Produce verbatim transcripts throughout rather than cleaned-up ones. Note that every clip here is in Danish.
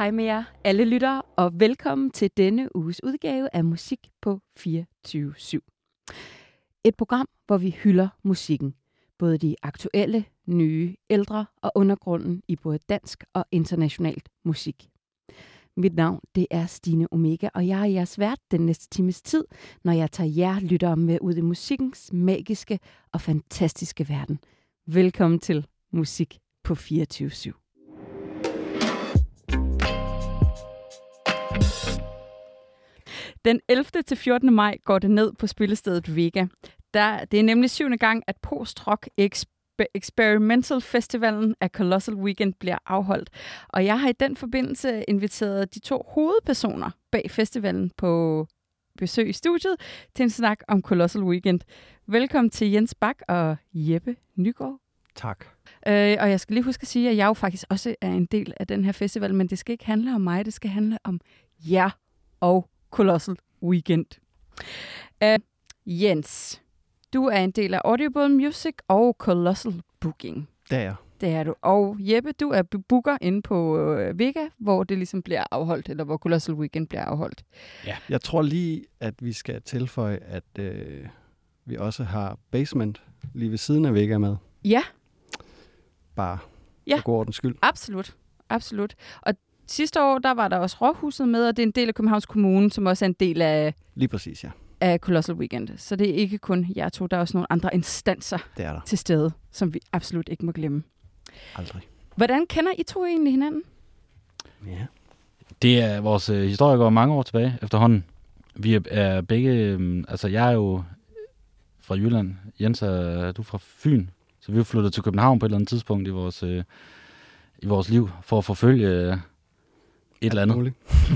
Hej med jer, alle lyttere, og velkommen til denne uges udgave af Musik på fireogtyve syv. Et program, hvor vi hylder musikken. Både de aktuelle, nye, ældre og undergrunden i både dansk og internationalt musik. Mit navn, det er Stine Omega, og jeg er jeres vært den næste times tid, når jeg tager jer lyttere med ud i musikkens magiske og fantastiske verden. Velkommen til Musik på fireogtyve syv. Den ellevte til fjortende maj går det ned på spillestedet Vega. Der, det er nemlig syvende gang, at Post-Rock Exper- Experimental Festivalen af Colossal Weekend bliver afholdt. Og jeg har i den forbindelse inviteret de to hovedpersoner bag festivalen på besøg i studiet til en snak om Colossal Weekend. Velkommen til Jens Bak og Jeppe Nygaard. Tak. Øh, og jeg skal lige huske at sige, at jeg jo faktisk også er en del af den her festival, men det skal ikke handle om mig, det skal handle om jer og Colossal Weekend. Uh, Jens, du er en del af Audible Music og Colossal Booking. Det er jeg. Det er du. Og Jeppe, du er booker inde på uh, Vega, hvor det ligesom bliver afholdt, eller hvor Colossal Weekend bliver afholdt. Ja. Jeg tror lige, at vi skal tilføje, at øh, vi også har Basement lige ved siden af Vega med. Ja. Bare ja. for god ordens skyld. Absolut. Absolut. Og sidste år, der var der også Råhuset med, og det er en del af Københavns Kommune, som også er en del af, lige præcis, ja. af Colossal Weekend. Så det er ikke kun jer to, der er også nogle andre instanser det er der. til stede, som vi absolut ikke må glemme. Aldrig. Hvordan kender I to egentlig hinanden? Ja. Det er vores øh, historie går mange år tilbage efterhånden. Vi er, er begge, øh, altså jeg er jo fra Jylland, Jens er du fra Fyn, så vi er flyttet til København på et eller andet tidspunkt i vores, øh, i vores liv for at forfølge øh, et ja, eller andet.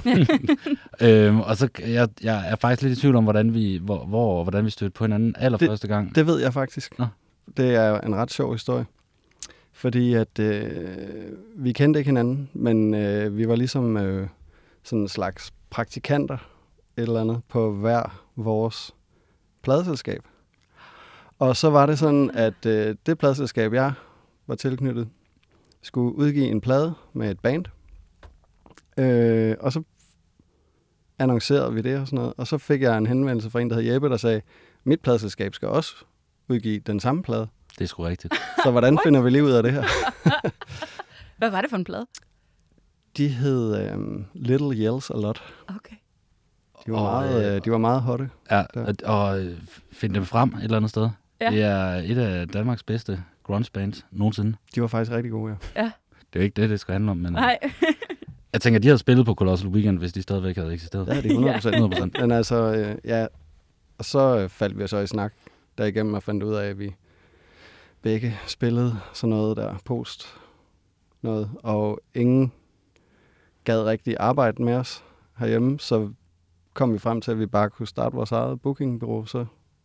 øhm, og så jeg, jeg er faktisk lidt i tvivl om, hvordan vi, hvor, hvor, hvordan vi stødte på hinanden allerførste det, gang. Det ved jeg faktisk. Nå. Det er en ret sjov historie. Fordi at øh, vi kendte ikke hinanden, men øh, vi var ligesom øh, sådan en slags praktikanter et eller andet på hver vores pladeselskab. Og så var det sådan, at øh, det pladeselskab, jeg var tilknyttet, skulle udgive en plade med et band. Øh, og så annoncerede vi det og sådan noget. Og så fik jeg en henvendelse fra en, der hed Jeppe, der sagde, mit pladeselskab skal også udgive den samme plade. Det er sgu rigtigt. Så hvordan finder vi lige ud af det her? Hvad var det for en plade? De hed um, Little Yells a Lot. Okay. De var, og, meget, øh, de var meget hotte. Ja, og, og finde dem frem et eller andet sted. Ja. Det er et af Danmarks bedste grunge bands nogensinde. De var faktisk rigtig gode, ja. Ja. Det er jo ikke det, det skal handle om. Men, Nej. jeg tænker, de havde spillet på Colossal Weekend, hvis de stadigvæk havde eksisteret. Det er de hundrede procent. hundrede procent. Men altså, øh, ja. Og så øh, faldt vi så i snak derigennem og fandt ud af, at vi begge spillede sådan noget der post noget. Og ingen gad rigtig arbejde med os herhjemme, så kom vi frem til, at vi bare kunne starte vores eget bookingbureau, så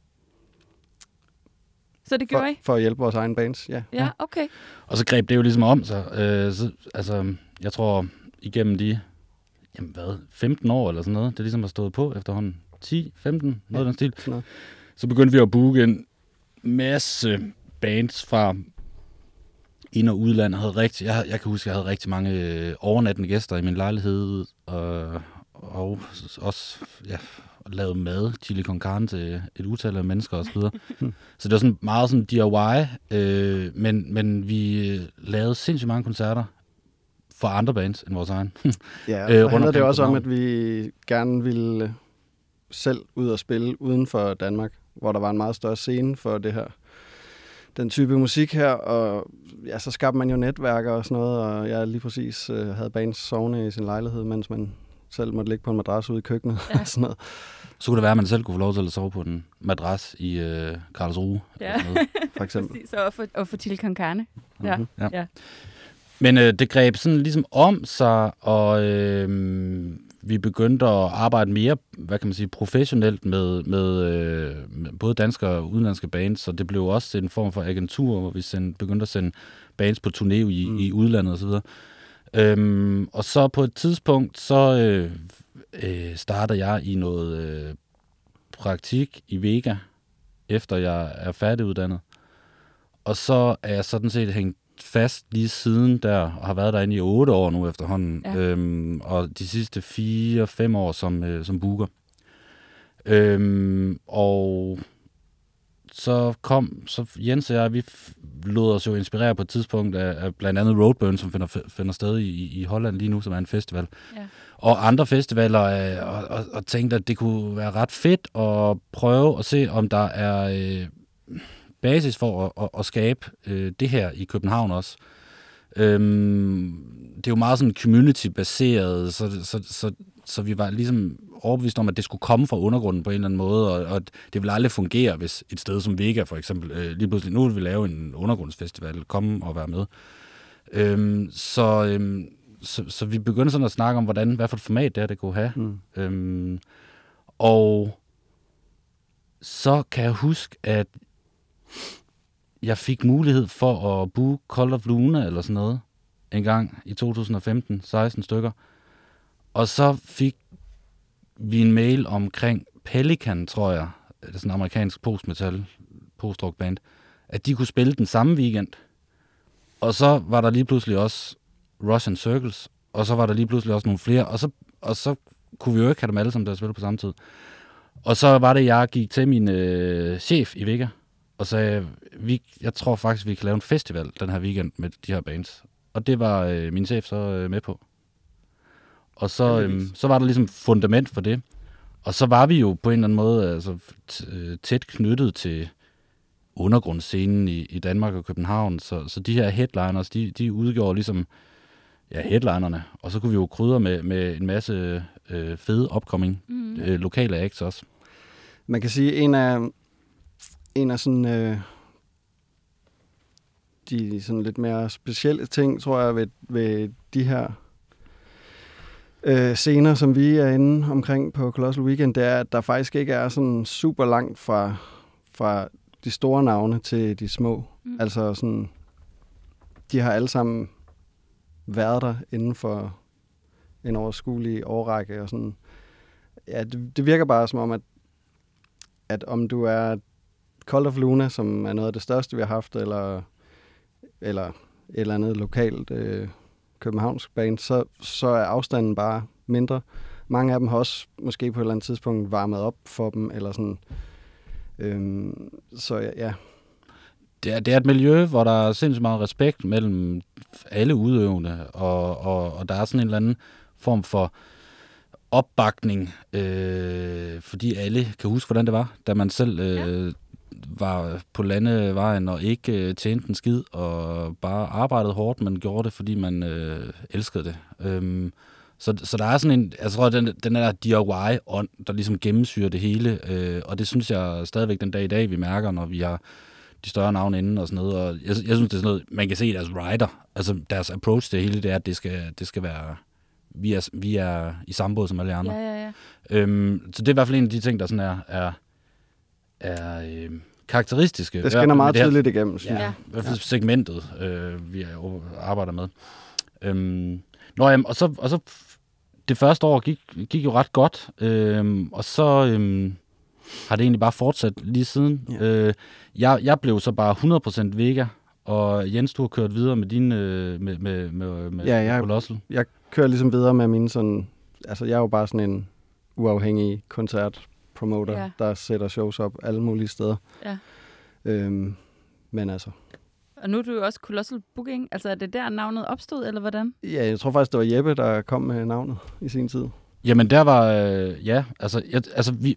Så det gjorde for, I? for at hjælpe vores egen bands, ja. Ja, okay. Og så greb det jo ligesom om sig. Øh, så, altså, jeg tror, igennem de jamen, hvad, femten år eller sådan noget, det ligesom har stået på efterhånden. ti, femten, noget af den stil. Noget. Så begyndte vi at booke en masse bands fra ind- og udland. Havde rigtig, jeg, jeg kan huske, jeg havde rigtig mange øh, overnattende gæster i min lejlighed, og, og også ja, lavet mad, chili con carne til et utal af mennesker osv. Så det var sådan meget sådan D I Y, øh, men, men vi lavede sindssygt mange koncerter for andre bands end vores egen. Ja, og så øh, handler det også om, at vi gerne ville selv ud og spille uden for Danmark, hvor der var en meget større scene for det her, den type musik her, og ja, så skabte man jo netværker og sådan noget, og jeg lige præcis øh, havde bands sovende i sin lejlighed, mens man selv måtte ligge på en madras ude i køkkenet ja. og sådan noget. Så kunne det være, at man selv kunne få lov til at sove på en madras i øh, Karlsruhe. Ja, for eksempel. Præcis, og for, og for chili con carne. Ja. Mm-hmm. Ja. ja. Men øh, det greb sådan ligesom om sig, og øh, vi begyndte at arbejde mere, hvad kan man sige, professionelt med, med, øh, med både danske og udenlandske bands, så det blev også en form for agentur, hvor vi sendte, begyndte at sende bands på turné i, mm. i udlandet og så videre. Øhm, og så på et tidspunkt, så øh, øh, startede jeg i noget øh, praktik i Vega, efter jeg er færdiguddannet. Og så er jeg sådan set hængt fast lige siden der, og har været derinde i otte år nu efterhånden, Ja. øhm, og de sidste fire, fem år som, øh, som booker. Øhm, og så kom, så Jens og jeg, vi lod os jo inspirere på et tidspunkt af, af blandt andet Roadburn, som finder, finder sted i, i Holland lige nu, som er en festival. Ja. Og andre festivaler, øh, og, og, og tænkte, at det kunne være ret fedt at prøve at se, om der er øh, basis for at, at, at skabe øh, det her i København også. Øhm, det er jo meget sådan community-baseret, så, så, så, så vi var ligesom overbevist om, at det skulle komme fra undergrunden på en eller anden måde, og, og det ville aldrig fungere, hvis et sted som Vega for eksempel, øh, lige pludselig, nu vil vi lave en undergrundsfestival, komme og være med. Øhm, så, øhm, så, så vi begyndte sådan at snakke om, hvordan, hvad for et format det er, det kunne have. Mm. Øhm, og så kan jeg huske, at jeg fik mulighed for at booke Cult of Luna eller sådan noget en gang i to tusind og femten, seksten stykker. Og så fik vi en mail omkring Pelican, tror jeg, det er sådan en amerikansk postmetal, postrock band, at de kunne spille den samme weekend. Og så var der lige pludselig også Russian Circles, og så var der lige pludselig også nogle flere, og så, og så kunne vi jo ikke have dem alle sammen, der spillede på samme tid. Og så var det, jeg gik til min øh, chef i Vega, og sagde, vi, jeg tror faktisk, vi kan lave en festival den her weekend med de her bands. Og det var øh, min chef så øh, med på. Og så, øh, så var der ligesom fundament for det. Og så var vi jo på en eller anden måde altså, t- tæt knyttet til undergrundsscenen i, i Danmark og København. Så, så de her headliners, de, de udgjorde ligesom ja, headlinerne. Og så kunne vi jo krydre med, med en masse øh, fede upcoming mm. øh, lokale acts også. Man kan sige, en af en af sådan øh, de sådan lidt mere specielle ting, tror jeg, ved, ved de her øh, scener, som vi er inde omkring på Colossal Weekend, det er, at der faktisk ikke er sådan super langt fra, fra de store navne til de små. Mm. Altså sådan, de har alle sammen været der inden for en overskuelig årrække, og sådan. Ja, det, det virker bare som om, at, at om du er Cult of Luna, som er noget af det største, vi har haft, eller, eller et eller andet lokalt øh, københavnsk band, så, så er afstanden bare mindre. Mange af dem har også måske på et eller andet tidspunkt varmet op for dem, eller sådan. Øhm, så ja. ja. Det er, det er et miljø, hvor der er sindssygt meget respekt mellem alle udøvende, og, og, og der er sådan en eller anden form for opbakning, øh, fordi alle kan huske, hvordan det var, da man selv øh, ja. var på landevejen og ikke øh, tjente en skid, og bare arbejdede hårdt, men gjorde det, fordi man øh, elskede det. Øhm, så, så der er sådan en, jeg tror, den, den der D I Y-ånd, der ligesom gennemsyrer det hele, øh, og det synes jeg stadigvæk den dag i dag, vi mærker, når vi har de større navne inden og sådan noget, og jeg, jeg synes, det er sådan noget, man kan se i deres rider, altså deres approach til det hele, det er, at det skal, det skal være, vi er, vi er i samme båd som alle andre. Ja, ja, ja. Øhm, så det er i hvert fald en af de ting, der sådan er, er, er øh, karakteristiske. Det skinner meget tydeligt igennem. Ja, ja. I hvert fald segmentet, øh, vi arbejder med. Øhm, nå, jamen, og, så, og så det første år gik, gik jo ret godt, øh, og så øh, har det egentlig bare fortsat lige siden. Ja. Øh, jeg, jeg blev så bare hundrede procent Vega, og Jens, du har kørt videre med din øh, med, med, med, med ja, jeg, Colossal. Jeg kører ligesom videre med mine sådan, altså jeg er jo bare sådan en uafhængig koncertpromoter, ja. der sætter shows op alle mulige steder. Ja. Øhm, men altså. Og nu er du jo også Colossal Booking, altså er det der navnet opstod, eller hvordan? Ja, jeg tror faktisk, det var Jeppe, der kom med navnet i sin tid. Jamen der var, øh, ja, altså, jeg, altså vi,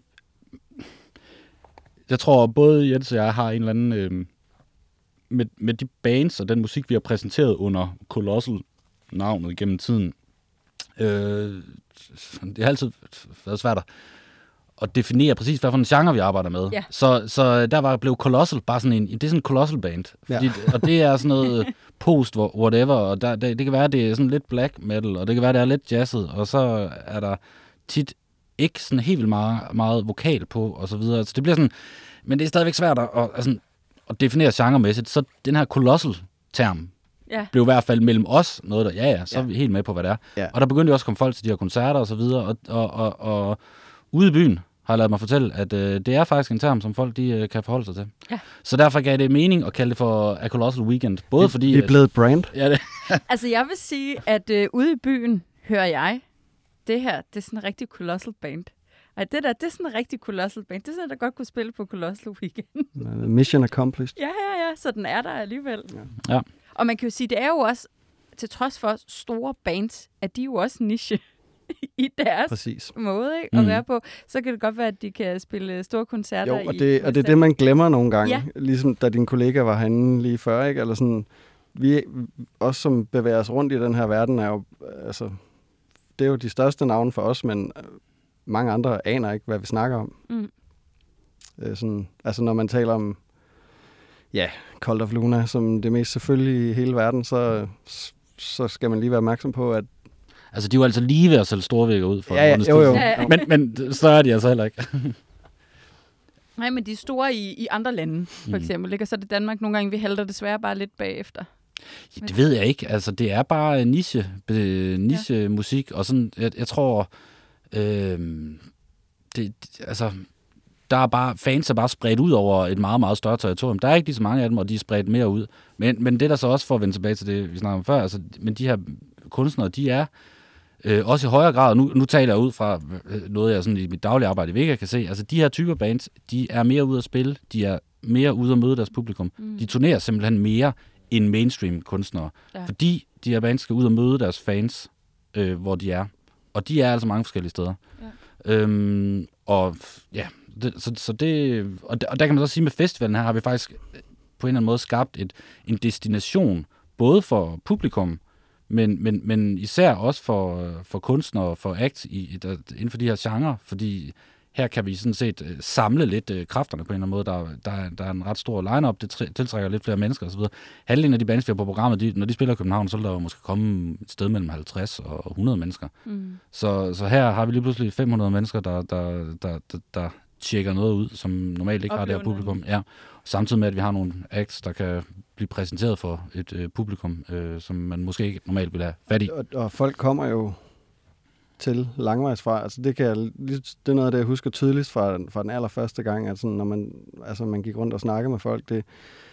jeg tror både Jens og jeg har en eller anden, øh, med, med de bands og den musik, vi har præsenteret under Colossal-navnet gennem tiden, øh, det har altid været svært at definere præcis, hvad for en genre vi arbejder med. Ja. Så, så der var blev Colossal bare sådan en, det er sådan en Colossal-band, fordi, ja. og det er sådan noget post whatever, og der, det, det kan være, det er sådan lidt black metal, og det kan være, det er lidt jazzet, og så er der tit ikke sådan helt vildt meget, meget vokal på, og så videre. Så det bliver sådan, men det er stadigvæk svært at, at, at, at definere genremæssigt, så den her Colossal-term ja. blev i hvert fald mellem os noget, der, ja ja, så ja. er vi helt med på, hvad det er. Ja. Og der begyndte jo også at komme folk til de her koncerter, og så videre, og, og, og, og ude i byen har jeg ladet mig fortælle, at øh, det er faktisk en term, som folk de, øh, kan forholde sig til. Ja. Så derfor gav det mening at kalde det for A Colossal Weekend. Både vi, fordi... Vi er blevet brand. Ja, det. Altså, jeg vil sige, at øh, ude i byen hører jeg, det her, det er sådan en rigtig Colossal band. Ej, det der, det er sådan en rigtig Colossal band. Det er sådan, der godt kunne spille på Colossal Weekend. Mission accomplished. Ja, ja, ja. Så den er der alligevel. Ja. Ja. Og man kan jo sige, det er jo også, til trods for store bands, at de jo også niche i deres Præcis. måde ikke, at Mm. være på. Så kan det godt være, at de kan spille store koncerter Jo, og i det, og det er U S A. det, man glemmer nogle gange. Ja. Ligesom da din kollega var herinde lige før, ikke? Eller sådan, vi, os som bevæger os rundt i den her verden, er jo, altså, det er jo de største navne for os, men mange andre aner ikke, hvad vi snakker om. Mm. Øh, sådan, altså når man taler om, ja, Cult of Luna som det mest selvfølgelige i hele verden, så, så skal man lige være opmærksom på, at Altså, de er jo altså lige ved at sælge Storvægger ud for ja, ja, et jo, jo. Ja, ja. Men, men så er de altså heller ikke. Nej, men de er store i, i andre lande, for eksempel. Ikke? Og så er det Danmark nogle gange, vi halter desværre bare lidt bagefter. Ja, det ved jeg ikke. Altså, det er bare niche, øh, niche musik, og sådan, jeg, jeg tror, øh, det, det, altså, der er bare, fans er bare spredt ud over et meget, meget større territorium. Der er ikke lige så mange af dem, og de er spredt mere ud. Men, men det der så også, for at vende tilbage til det, vi snakkede om før, altså, men de her kunstnere, de er øh, også i højere grad, nu, nu taler jeg ud fra noget, jeg sådan i mit daglige arbejde i Vega kan se, altså de her typer bands, de er mere ude at spille, de er mere ude at møde deres publikum. Mm. De turnerer simpelthen mere end mainstream kunstnere, ja. Fordi de her bands skal ud og møde deres fans, øh, hvor de er. Og de er altså mange forskellige steder. Ja. Øhm, og ja, det, så, så det, og, der, og der kan man så sige, med festivalen her har vi faktisk på en eller anden måde skabt et, en destination, både for publikum, men, men, men især også for, for kunstnere, for act i, der, inden for de her genrer, fordi her kan vi sådan set uh, samle lidt uh, kræfterne på en eller anden måde. Der, der, der er en ret stor line-up, det tri- tiltrækker lidt flere mennesker osv. Halvdelen af de bands, vi har på programmet, de, når de spiller i København, så vil der jo måske komme et sted mellem halvtreds og hundrede mennesker. Mm. Så, så her har vi lige pludselig fem hundrede mennesker, der, der, der, der, der tjekker noget ud, som normalt ikke Oplevende. Har det her publikum. Ja. Samtidig med, at vi har nogle acts, der kan blive præsenteret for et øh, publikum, øh, som man måske ikke normalt vil have fat i. Og, og folk kommer jo til langvejsfra. Altså det, kan jeg, det er noget af det, jeg husker tydeligst fra, fra den allerførste gang, at sådan, når man, altså man gik rundt og snakkede med folk. Det,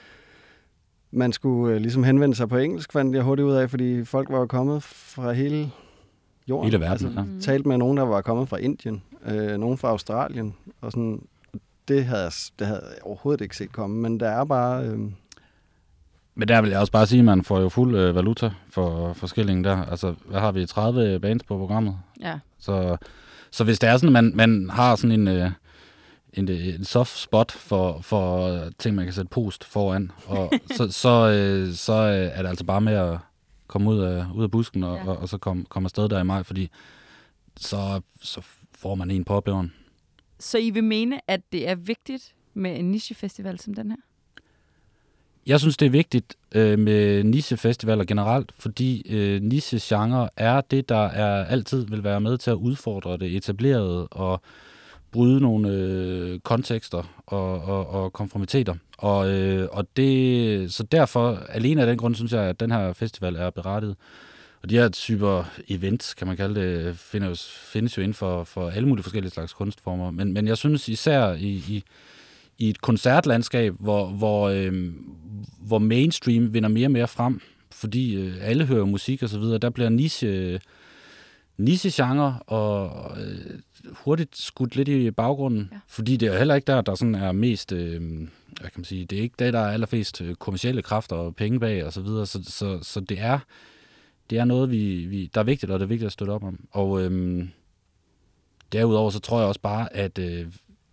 man skulle øh, ligesom henvende sig på engelsk, fandt jeg hurtigt ud af, fordi folk var jo kommet fra hele jorden. Hele verden, altså, ja. Talt med nogen, der var kommet fra Indien, øh, nogen fra Australien, og sådan, det havde, jeg, det havde jeg overhovedet ikke set komme, men der er bare... Øh, Men der vil jeg også bare sige, at man får jo fuld øh, valuta for forskellingen der. Altså, hvad har vi? tredive bands på programmet. Ja. Så, så hvis det er sådan, at man, man har sådan en, øh, en, en soft spot for, for ting, man kan sætte post foran, og så, så, øh, så er det altså bare med at komme ud af, ud af busken og, ja. og, og så komme kom afsted der i maj, fordi så, så får man en på opleveren. Så I vil mene, at det er vigtigt med en nichefestival som den her? Jeg synes, det er vigtigt øh, med nichefestivaler generelt, fordi øh, nichegenre er det, der er altid vil være med til at udfordre det etablerede og bryde nogle øh, kontekster og, og, og konformiteter. Og, øh, og det, så derfor, alene af den grund, synes jeg, at den her festival er berettiget. Og de her typer events, kan man kalde det, findes, findes jo inden for, for alle mulige forskellige slags kunstformer. Men, men jeg synes især i... i i et koncertlandskab, hvor, hvor, øh, hvor mainstream vinder mere og mere frem, fordi øh, alle hører musik og så videre, der bliver niche, niche-genre og øh, hurtigt skudt lidt i baggrunden, ja. Fordi det er jo heller ikke der, der sådan er mest, øh, hvad kan man sige, det er ikke det, der er allerflest kommercielle kræfter og penge bag og så videre, så, så, så det er det er noget, vi, vi, der er vigtigt, og det er vigtigt at støtte op om. Og øh, derudover så tror jeg også bare, at øh,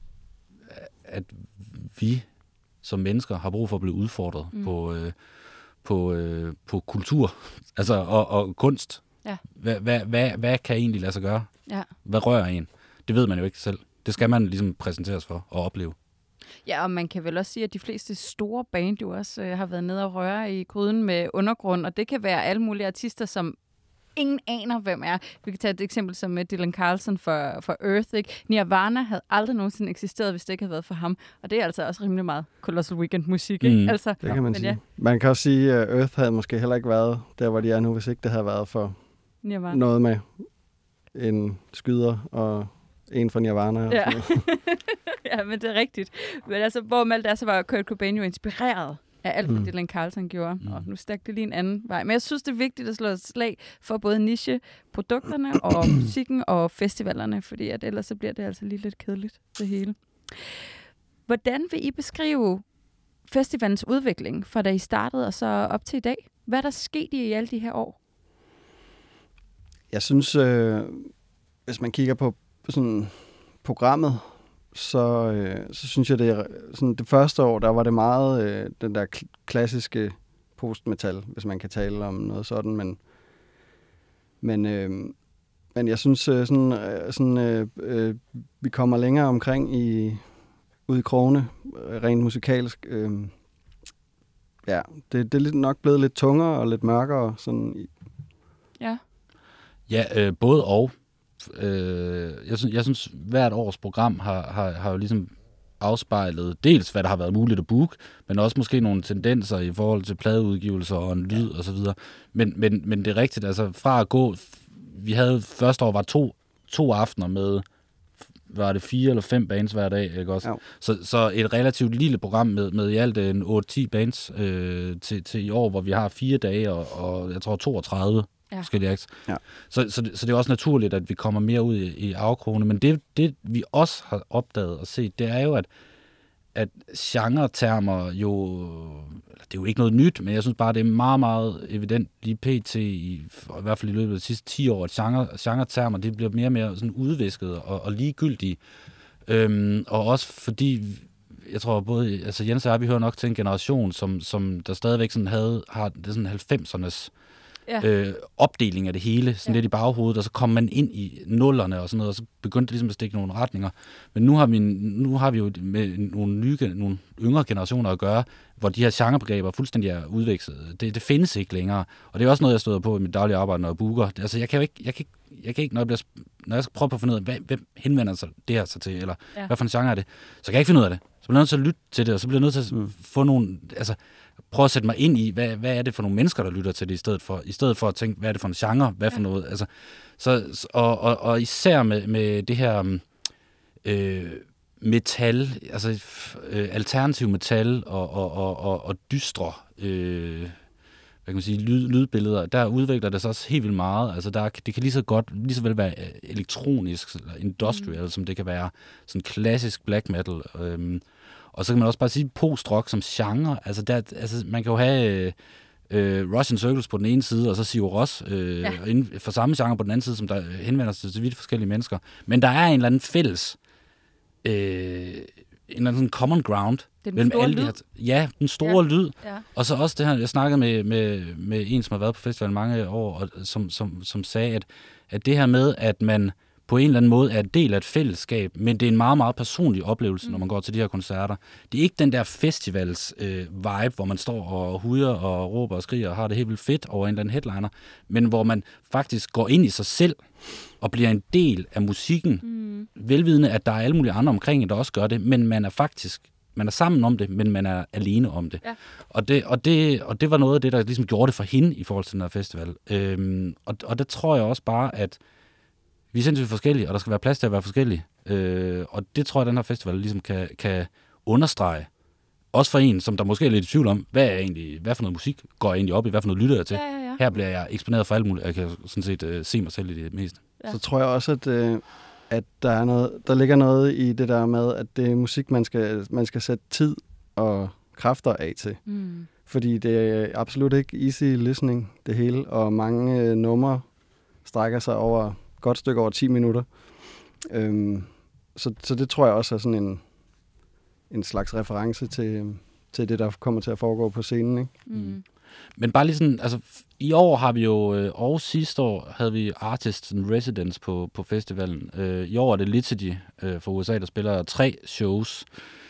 at vi som mennesker har brug for at blive udfordret mm. på, øh, på, øh, på kultur altså, og, og kunst. Ja. Hvad, hvad, hvad, hvad kan egentlig lade sig gøre? Ja. Hvad rører en? Det ved man jo ikke selv. Det skal man ligesom præsenteres for og opleve. Ja, og man kan vel også sige, at de fleste store band jo også øh, har været nede og røre i gryden med undergrund, og det kan være alle mulige artister, som ingen aner, hvem er. Vi kan tage et eksempel som Dylan Carlson for, for Earth. Ikke? Nirvana havde aldrig nogensinde eksisteret, hvis det ikke havde været for ham. Og det er altså også rimelig meget Colossal Weekend-musik. Ikke? Mm, altså, det kan man men sige. Ja. Man kan også sige, at Earth havde måske heller ikke været der, hvor de er nu, hvis ikke det havde været for Nirvana. noget med en skyder og en fra Nirvana. Og Ja. sådan noget. Ja, men det er rigtigt. Men altså, hvor med alt det er, så var Kurt Cobain jo inspireret af alt, hvad mm. Dylan Carlson gjorde. Mm. Og nu stak det lige en anden vej. Men jeg synes, det er vigtigt at slå et slag for både niche-produkterne og musikken og festivalerne, fordi at ellers så bliver det altså lige lidt kedeligt, det hele. Hvordan vil I beskrive festivalens udvikling, fra da I startede og så op til i dag? Hvad er der sket i alle de her år? Jeg synes, øh, hvis man kigger på sådan programmet, så, øh, så synes jeg, det er sådan det første år, der var det meget øh, den der kl- klassiske postmetal, hvis man kan tale om noget sådan, men men, øh, men jeg synes øh, sådan, øh, sådan øh, øh, vi kommer længere omkring i ude i krogene, øh, rent musikalsk. Øh, ja, det, det er nok blevet lidt tungere og lidt mørkere sådan. I... Ja. Ja, øh, både og. Øh, jeg, synes, jeg synes, hvert års program har, har, har jo ligesom afspejlet dels, hvad der har været muligt at booke, men også måske nogle tendenser i forhold til pladeudgivelser og en lyd og så videre. Men, men, men det er rigtigt, altså fra at gå, vi havde første år var to, to aftener med, var det fire eller fem bands hver dag, ikke også? Så, så et relativt lille program med, med i alt en otte ti bands øh, til, til i år, hvor vi har fire dage og, og jeg tror toogtredive ja. forskellige acts. Ja. Så, så, det, så det er også naturligt, at vi kommer mere ud i, i afkrogene. Men det, det, vi også har opdaget og set, det er jo, at, at genre-termer jo... Det er jo ikke noget nyt, men jeg synes bare, det er meget, meget evident lige pt. I, i hvert fald i løbet af de sidste ti år, at genre, genre-termer, det bliver mere og mere sådan udvisket og, og ligegyldige. Øhm, og også fordi... Jeg tror både, altså Jens og jeg, vi hører nok til en generation, som, som der stadigvæk sådan havde, har det sådan halvfemsernes ja. øh, opdeling af det hele, sådan ja. lidt i baghovedet, og så kom man ind i nullerne og sådan noget, og så begyndte det ligesom at stikke nogle retninger. Men nu har vi, nu har vi jo med nogle nye, nogle yngre generationer at gøre, hvor de her genrebegreber fuldstændig er udvekslet. Det, det findes ikke længere, og det er også noget, jeg støder på i mit daglige arbejde, når jeg booker. Det, altså, jeg kan jo ikke, jeg kan ikke, jeg kan ikke, når jeg, bliver, når jeg skal prøve på at finde ud af, hvem, hvem henvender sig det her så til, eller ja. hvad for en genre er det, så kan jeg ikke finde ud af det. Så bliver jeg nødt til at lytte til det, og så bliver jeg nødt til at mm. få nogle, altså prøve at sætte mig ind i, hvad, hvad er det for nogle mennesker, der lytter til det, i stedet for, i stedet for at tænke, hvad er det for en genre, hvad for ja. noget, altså, så, og, og, og især med, med det her øh, metal, altså øh, alternativ metal og, og, og, og, og dystre, øh, hvad kan man sige, lyd, lydbilleder, der udvikler det sig også helt vildt meget. Altså der, det kan lige så godt, lige så vel være elektronisk eller industrial, mm. som det kan være sådan klassisk black metal. Øhm, og så kan man også bare sige post-rock som genre. Altså, der, altså man kan jo have øh, Russian Circles på den ene side, og så Sigur Rós øh, ja. inden for samme genre på den anden side, som der henvender sig til vidt forskellige mennesker. Men der er en eller anden fælles, øh, en eller anden common ground. Den store alle lyd? De her, ja, den store ja. lyd. Ja. Og så også det her, jeg snakkede med, med, med en, som har været på festivalen mange år, og som, som, som sagde, at, at det her med, at man på en eller anden måde er en del af et fællesskab, men det er en meget, meget personlig oplevelse, mm. når man går til de her koncerter. Det er ikke den der festivals øh, vibe, hvor man står og hujer og råber og skriger og har det helt vildt fedt over en eller anden headliner, men hvor man faktisk går ind i sig selv og bliver en del af musikken, mm. velvidende, at der er alle mulige andre omkring, der også gør det, men man er faktisk man er sammen om det, men man er alene om det. Ja. Og, det, og, det og det var noget af det, der ligesom gjorde det for hende i forhold til den her festival. Øhm, og, og det tror jeg også bare, at vi er sindssygt forskellige, og der skal være plads til at være forskellige. Øh, og det tror jeg, at den her festival ligesom kan, kan understrege. Også for en, som der måske er lidt i tvivl om, hvad er egentlig, hvad for noget musik går jeg egentlig op i, hvad for noget lytter jeg til. Ja, ja, ja. Her bliver jeg eksponeret for alt muligt, jeg kan sådan set uh, se mig selv i det meste. Ja. Så tror jeg også, at... Øh at der er noget, der ligger noget i det der med, at det er musik, man skal, man skal sætte tid og kræfter af til. Mm. Fordi det er absolut ikke easy listening, det hele, og mange øh, numre strækker sig over et godt stykke over ti minutter. Øhm, så, så det tror jeg også er sådan en, en slags reference til, til det, der kommer til at foregå på scenen, ikke? Mm. Men bare lige sådan, altså i år har vi jo, og sidste år havde vi Artists in Residence på, på festivalen. Øh, I år er det Litzy øh, fra U S A, der spiller tre shows,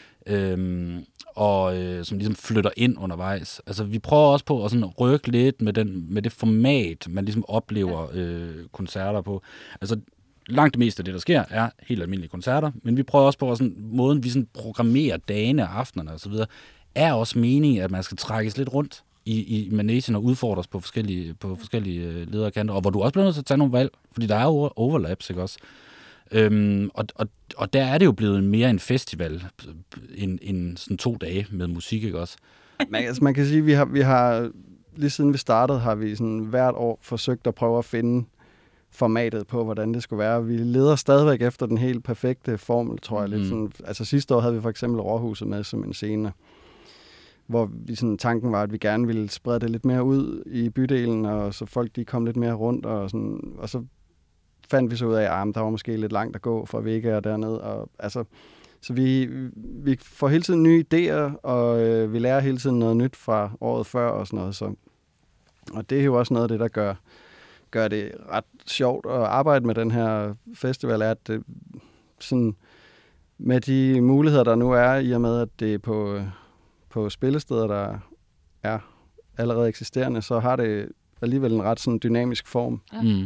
øh, og øh, som ligesom flytter ind undervejs. Altså vi prøver også på at sådan rykke lidt med, den, med det format, man ligesom oplever øh, koncerter på. Altså langt det meste af det, der sker, er helt almindelige koncerter, men vi prøver også på, at sådan, måden vi sådan programmerer dagene og aftenerne osv., er også meningen, at man skal trækkes lidt rundt i, i managen og udfordres på forskellige, på forskellige øh, lederkanter, og hvor du også bliver nødt til at tage nogle valg, fordi der er jo overlaps, ikke også? Øhm, og, og, og der er det jo blevet mere en festival end, end sådan to dage med musik, ikke også? Man, altså, man kan sige, at vi har, vi har, lige siden vi startede, har vi sådan hvert år forsøgt at prøve at finde formatet på, hvordan det skulle være. Vi leder stadigvæk efter den helt perfekte formel, tror jeg. Mm. Lidt sådan, altså sidste år havde vi for eksempel Rådhuset med som en scene, hvor vi sådan, tanken var, at vi gerne ville sprede det lidt mere ud i bydelen, og så folk de kom lidt mere rundt, og, sådan, og så fandt vi så ud af, at ah, der var måske lidt langt at gå, fra vi ikke er dernede. Og, altså, så vi, vi får hele tiden nye idéer, og øh, vi lærer hele tiden noget nyt fra året før og sådan noget. Så. Og det er jo også noget af det, der gør, gør det ret sjovt at arbejde med den her festival, er, at det, sådan, med de muligheder, der nu er, i og med, at det er på, på spillesteder, der er allerede eksisterende, så har det alligevel en ret sådan dynamisk form. Ja. Mm.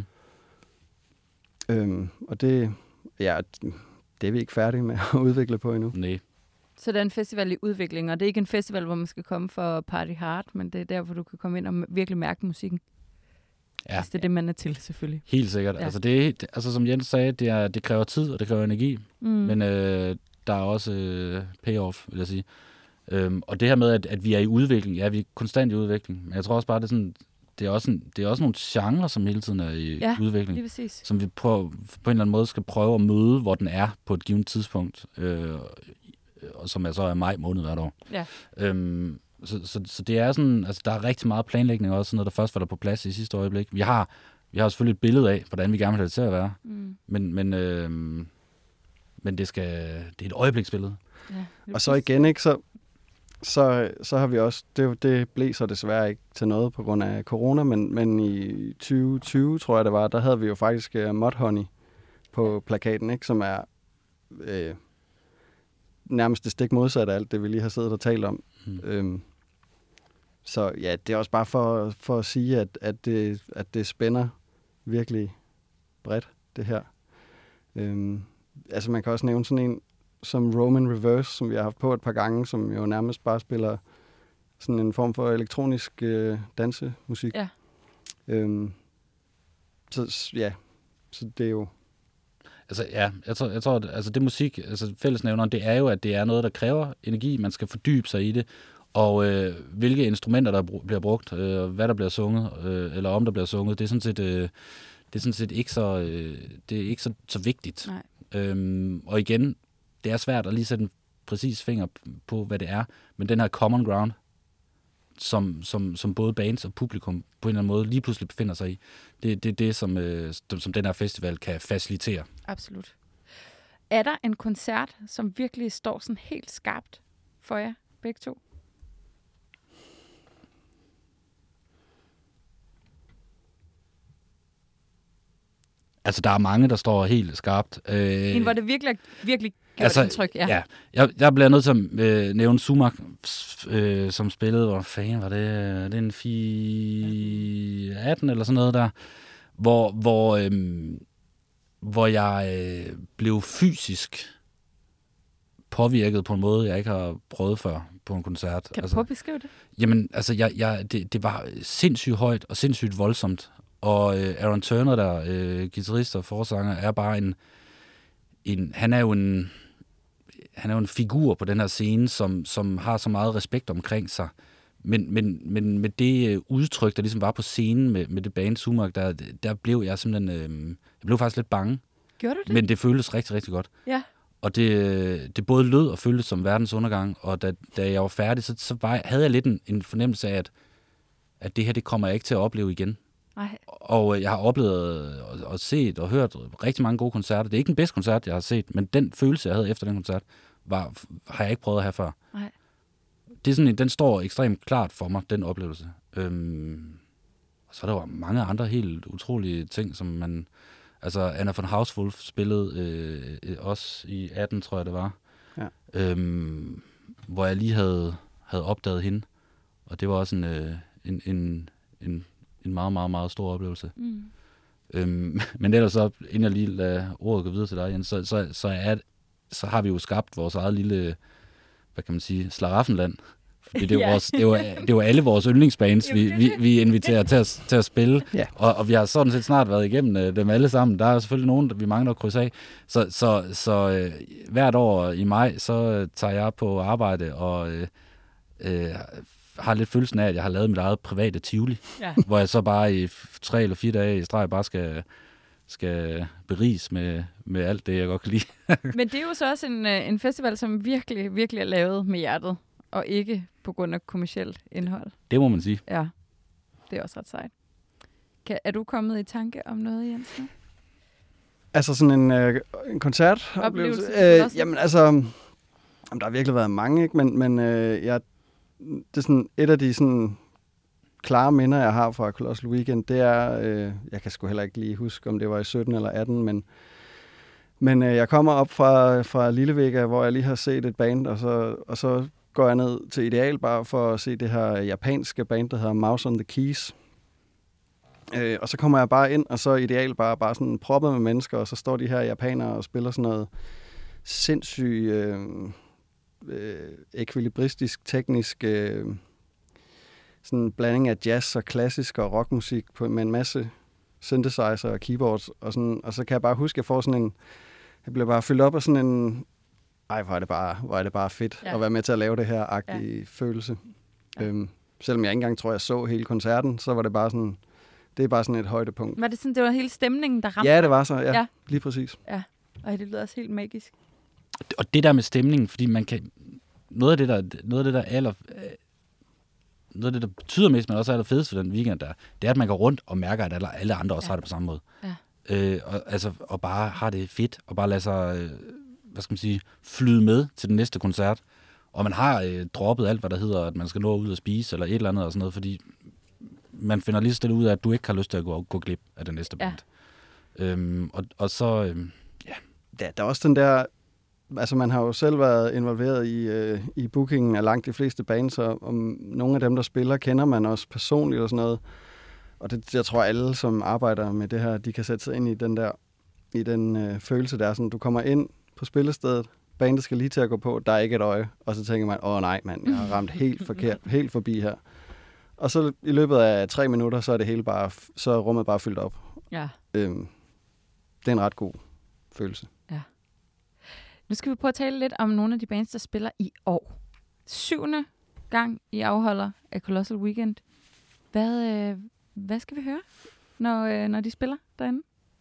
Øhm, og det, ja, det er vi ikke færdige med at udvikle på endnu. Nej. Så det er en festival i udvikling, og det er ikke en festival, hvor man skal komme for party hard, men det er der, hvor du kan komme ind og virkelig mærke musikken. Ja. Hvis det er det, man er til, selvfølgelig. Helt sikkert. Ja. Altså, det, det, altså som Jens sagde, det, er, det kræver tid, og det kræver energi. Mm. Men øh, der er også øh, payoff, vil jeg sige. Øhm, og det her med, at, at vi er i udvikling, ja, vi er konstant i udvikling. Men jeg tror også bare, det er sådan, det er også, en, det er også nogle genrer, som hele tiden er i Ja, udvikling. lige præcis. Som vi på, på en eller anden måde skal prøve at møde, hvor den er på et givet tidspunkt. Øh, og som er så er maj måned hvert år. Ja. Øhm, så, så, så det er sådan, altså der er rigtig meget planlægning også, sådan noget, der først var der på plads i sidste øjeblik. Vi har, vi har selvfølgelig et billede af, hvordan vi gerne vil have det til at være. Mm. Men, men, øh, men det, skal, det er et øjebliksbillede. Ja, Og så igen, ikke, så, så, så har vi også, det, det blev så desværre ikke til noget på grund af corona, men, men i tyve tyve, tror jeg det var, der havde vi jo faktisk uh, Mudhoney på plakaten, ikke, som er øh, nærmest det stik modsat af alt det, vi lige har siddet og talt om. Mm. Øhm, så ja, det er også bare for, for at sige, at, at, det, at det spænder virkelig bredt, det her. Øhm, altså man kan også nævne sådan en som Roman Reverse, som vi har haft på et par gange, som jo nærmest bare spiller sådan en form for elektronisk øh, dansemusik. Ja. Øhm, så ja, så det er jo... Altså ja, jeg tror, jeg tror at, altså det musik, altså fællesnævneren, det er jo, at det er noget, der kræver energi, man skal fordybe sig i det, og øh, hvilke instrumenter, der br- bliver brugt, øh, hvad der bliver sunget, øh, eller om der bliver sunget, det er sådan set, øh, det er sådan set ikke så, øh, det er ikke så, så vigtigt. Nej. Øhm, og igen, det er svært at lige sætte en præcis finger på, hvad det er, men den her common ground, som, som, som både bands og publikum på en eller anden måde lige pludselig befinder sig i, det er det, det som, øh, som den her festival kan facilitere. Absolut. Er der en koncert, som virkelig står sådan helt skarpt for jer begge to? Altså, der er mange, der står helt skarpt. Øh, En, hvor det virkelig, virkelig gjort altså, indtryk. Ja. ja. Jeg, jeg bliver nødt til at øh, nævne Sumak, øh, som spillede, hvor fanden var det? Det er en fire atten eller sådan noget der, hvor, hvor, øh, hvor jeg øh, blev fysisk påvirket på en måde, jeg ikke har prøvet før på en koncert. Kan du altså, prøve at beskrive det? Jamen, altså, jeg, jeg, det, det var sindssygt højt og sindssygt voldsomt. Og øh, Aaron Turner, der øh, guitarist og forsanger, er bare en, en... Han er jo en... Han er jo en figur på den her scene, som, som har så meget respekt omkring sig. Men, men, men med det udtryk, der ligesom var på scenen med, med det band Sumak, der, der blev jeg simpelthen... Øh, jeg blev faktisk lidt bange. Gjorde du det? Men det føltes rigtig, rigtig godt. Ja. Og det, det både lød og føltes som verdens undergang. Og da, da jeg var færdig, så, så var, havde jeg lidt en, en fornemmelse af, at, at det her, det kommer jeg ikke til at opleve igen. Nej. Og jeg har oplevet og, og set og hørt rigtig mange gode koncerter. Det er ikke den bedste koncert, jeg har set, men den følelse, jeg havde efter den koncert, var, har jeg ikke prøvet at have før. Nej. Det er sådan, den står ekstremt klart for mig, den oplevelse. Øhm, og så er der jo mange andre helt utrolige ting, som man... Altså, Anna von Hauswolf spillede øh, også i atten, tror jeg det var. Ja. Øhm, hvor jeg lige havde, havde opdaget hende. Og det var også en, øh, en, en, en en meget, meget, meget stor oplevelse. Mm. Øhm, men ellers så, inden jeg lige lader ordet gå videre til dig, Jens, så, så, så, er, så har vi jo skabt vores eget lille, hvad kan man sige, slaraffenland Fordi det er jo, Ja. vores, det er jo, det er jo alle vores yndlingsbands, vi, vi, vi inviterer til at, til at spille. Ja. Og, og vi har sådan set snart været igennem øh, dem alle sammen. Der er selvfølgelig nogen, der vi mangler at krydse af. Så, så, så øh, hvert år i maj, så øh, tager jeg på arbejde og øh, øh, har lidt følelsen af, at jeg har lavet mit eget private Tivoli. Ja. Hvor jeg så bare i f- tre eller fire dage i streg bare skal, skal beriges med, med alt det, jeg godt kan lide. Men det er jo så også en, øh, en festival, som virkelig, virkelig er lavet med hjertet, og ikke på grund af kommercielt indhold. Det må man sige. Ja, det er også ret sejt. Kan, er du kommet i tanke om noget, Jens? Nu? Altså sådan en, øh, en koncertoplevelse? Oplevelse, Øh, jamen altså, jamen, der har virkelig været mange, ikke? Men, men øh, jeg, det er sådan et af de sådan klare minder, jeg har fra Colossal Weekend, det er, øh, jeg kan sgu heller ikke lige huske, om det var i sytten eller atten, men, men øh, jeg kommer op fra, fra Lillevega, hvor jeg lige har set et band, og så, og så går jeg ned til Ideal bare for at se det her japanske band, der hedder Mouse on the Keys. Øh, og så kommer jeg bare ind, og så er Ideal bare, bare sådan proppet med mennesker, og så står de her japanere og spiller sådan noget sindssygt øh, øh, ekvilibristisk, teknisk øh, sådan en blanding af jazz og klassisk og rockmusik på, med en masse synthesizer og keyboards, og, sådan, og så kan jeg bare huske, at jeg får sådan en, jeg bliver bare fyldt op af sådan en, ej, hvor er det bare, hvor er det bare fedt Ja. at være med til at lave det her agtige ja. følelse. Ja. Øhm, selvom jeg ikke engang tror, jeg så hele koncerten, så var det bare sådan, det er bare sådan et højdepunkt. Var det sådan, det var hele stemningen, der ramte? Ja, det var så, ja, Ja. ja. lige præcis. Ej, det lyder også helt magisk. Og det der med stemningen, fordi man kan, noget af det der, noget af det der aller, øh, noget af det der betyder mest, men også er aller fedest for den weekend der, det er, at man går rundt og mærker, at alle, alle andre også Ja. har det på samme måde. Ja. Øh, og, altså, og bare har det fedt, og bare lade sig, øh, hvad skal man sige, flyde med til den næste koncert. Og man har øh, droppet alt, hvad der hedder, at man skal nå ud og spise, eller et eller andet og sådan noget, fordi man finder lige så stille ud af, at du ikke har lyst til at gå, gå glip af den næste band. Ja. Øhm, og, og så, øhm, ja. Ja, der er også den der, altså man har jo selv været involveret i, øh, i bookingen af langt de fleste bands, og om nogle af dem, der spiller, kender man også personligt og sådan noget. Og det, jeg tror alle, som arbejder med det her, de kan sætte sig ind i den der, i den øh, følelse, der er sådan, du kommer ind på spillestedet, bandet skal lige til at gå på, der er ikke et øje, og så tænker man, åh nej mand, jeg har ramt helt forkert, helt forbi her. Og så i løbet af tre minutter, så er det hele bare, så er rummet bare fyldt op. Ja. Øhm, det er en ret god følelse. Nu skal vi prøve at tale lidt om nogle af de bands, der spiller i år. Syvende gang I afholder af Colossal Weekend. Hvad, øh, hvad skal vi høre, når, øh, når de spiller derinde?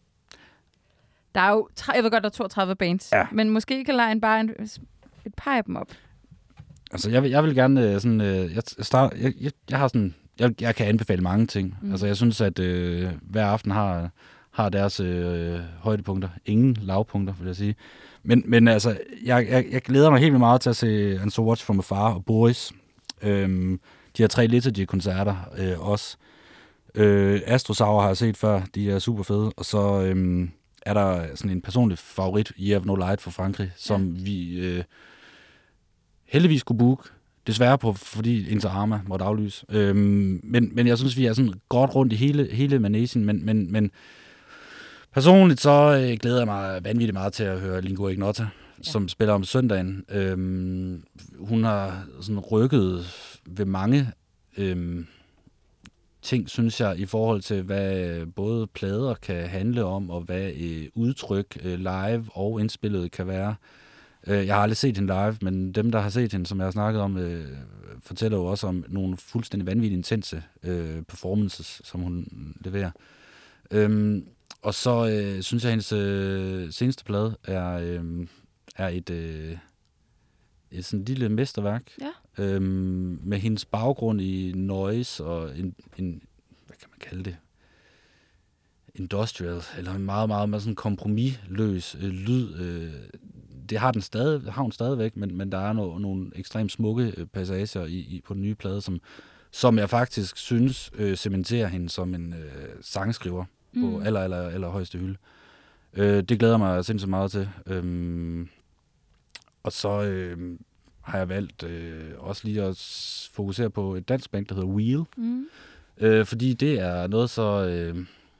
Der er jo, tre, jeg ved godt, der er toogtredive bands, Ja. men måske kan Lejen bare en, et par af dem op. Altså, jeg vil, jeg vil gerne øh, sådan, øh, jeg, start, jeg, jeg, jeg har sådan, jeg, jeg kan anbefale mange ting. Mm. Altså, jeg synes, at øh, hver aften har, har deres øh, højdepunkter. Ingen lavpunkter, vil jeg sige. Men, men altså, jeg, jeg, jeg glæder mig helt vildt meget til at se And So Watch From Afar og Boris. Øhm, de har tre Liturgy-koncerter øh, også. Øh, Astrosaur har jeg set før, de er super fede. Og så øhm, er der sådan en personlig favorit, Year of No Light fra Frankrig, som ja. vi øh, heldigvis kunne booke. Desværre på, fordi Inter Arma måtte aflyse. Øhm, men, men jeg synes, vi er sådan godt rundt i hele, hele managen, men, men, men personligt så øh, glæder jeg mig vanvittigt meget til at høre Lingua Ignota, ja. som spiller om søndagen. Øhm, hun har sådan rykket ved mange øhm, ting, synes jeg, i forhold til, hvad både plader kan handle om, og hvad øh, udtryk øh, live og indspillet kan være. Jeg har aldrig set hende live, men dem, der har set hende, som jeg har snakket om, øh, fortæller jo også om nogle fuldstændig vanvittigt intense øh, performances, som hun leverer. Øhm, og så øh, synes jeg, at hendes øh, seneste plade er, øh, er et, øh, et sådan lille mesterværk. Ja. Øhm, med hendes baggrund i noise og en, en, hvad kan man kalde det? Industrial, eller en meget, meget, meget sådan kompromisløs øh, lyd. Øh, det har den stadig, har hun stadigvæk, men, men der er no, nogle ekstremt smukke øh, passager i, i, på den nye plade, som, som jeg faktisk synes øh, cementerer hende som en øh, sangskriver mm. på aller, aller, aller højeste hylde. Øh, det glæder mig sindssygt meget til. Øhm, og så øh, har jeg valgt øh, også lige at fokusere på et dansk band, der hedder Wheel. Mm. Øh, fordi det er noget så øh,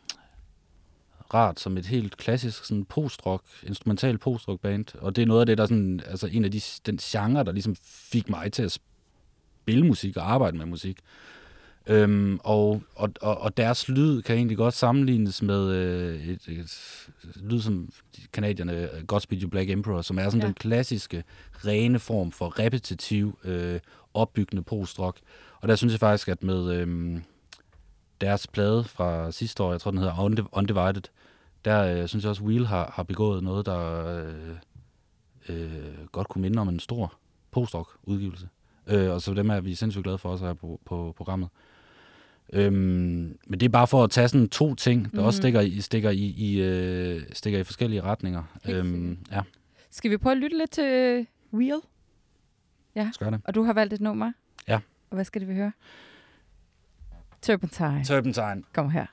rart som et helt klassisk sådan post-rock, instrumental post-rock band. Og det er noget af det, der sådan, altså en af de, den genre, der ligesom fik mig til at spille musik og arbejde med musik. Øhm, og, og, og deres lyd kan egentlig godt sammenlignes med øh, et, et, et lyd som kanadierne Godspeed You Black Emperor, som er sådan ja. den klassiske, rene form for repetitiv, øh, opbyggende post-rock. Og der synes jeg faktisk, at med øh, deres plade fra sidste år, jeg tror den hedder Undivided, der øh, synes jeg også, Wheel har, har begået noget, der øh, øh, godt kunne minde om en stor post-rock-udgivelse. Øh, og så dem er vi sindssygt glade for også her på, på programmet. Øhm, men det er bare for at tage sådan to ting, der mm-hmm. også stikker i, stikker i, i, øh, stikker i forskellige retninger. Øhm, ja. Skal vi prøve at lytte lidt til Wheel? Ja, skal det. Og du har valgt et nummer? Ja. Og hvad skal det vi høre? Turpentine. Turpentine. Kom her.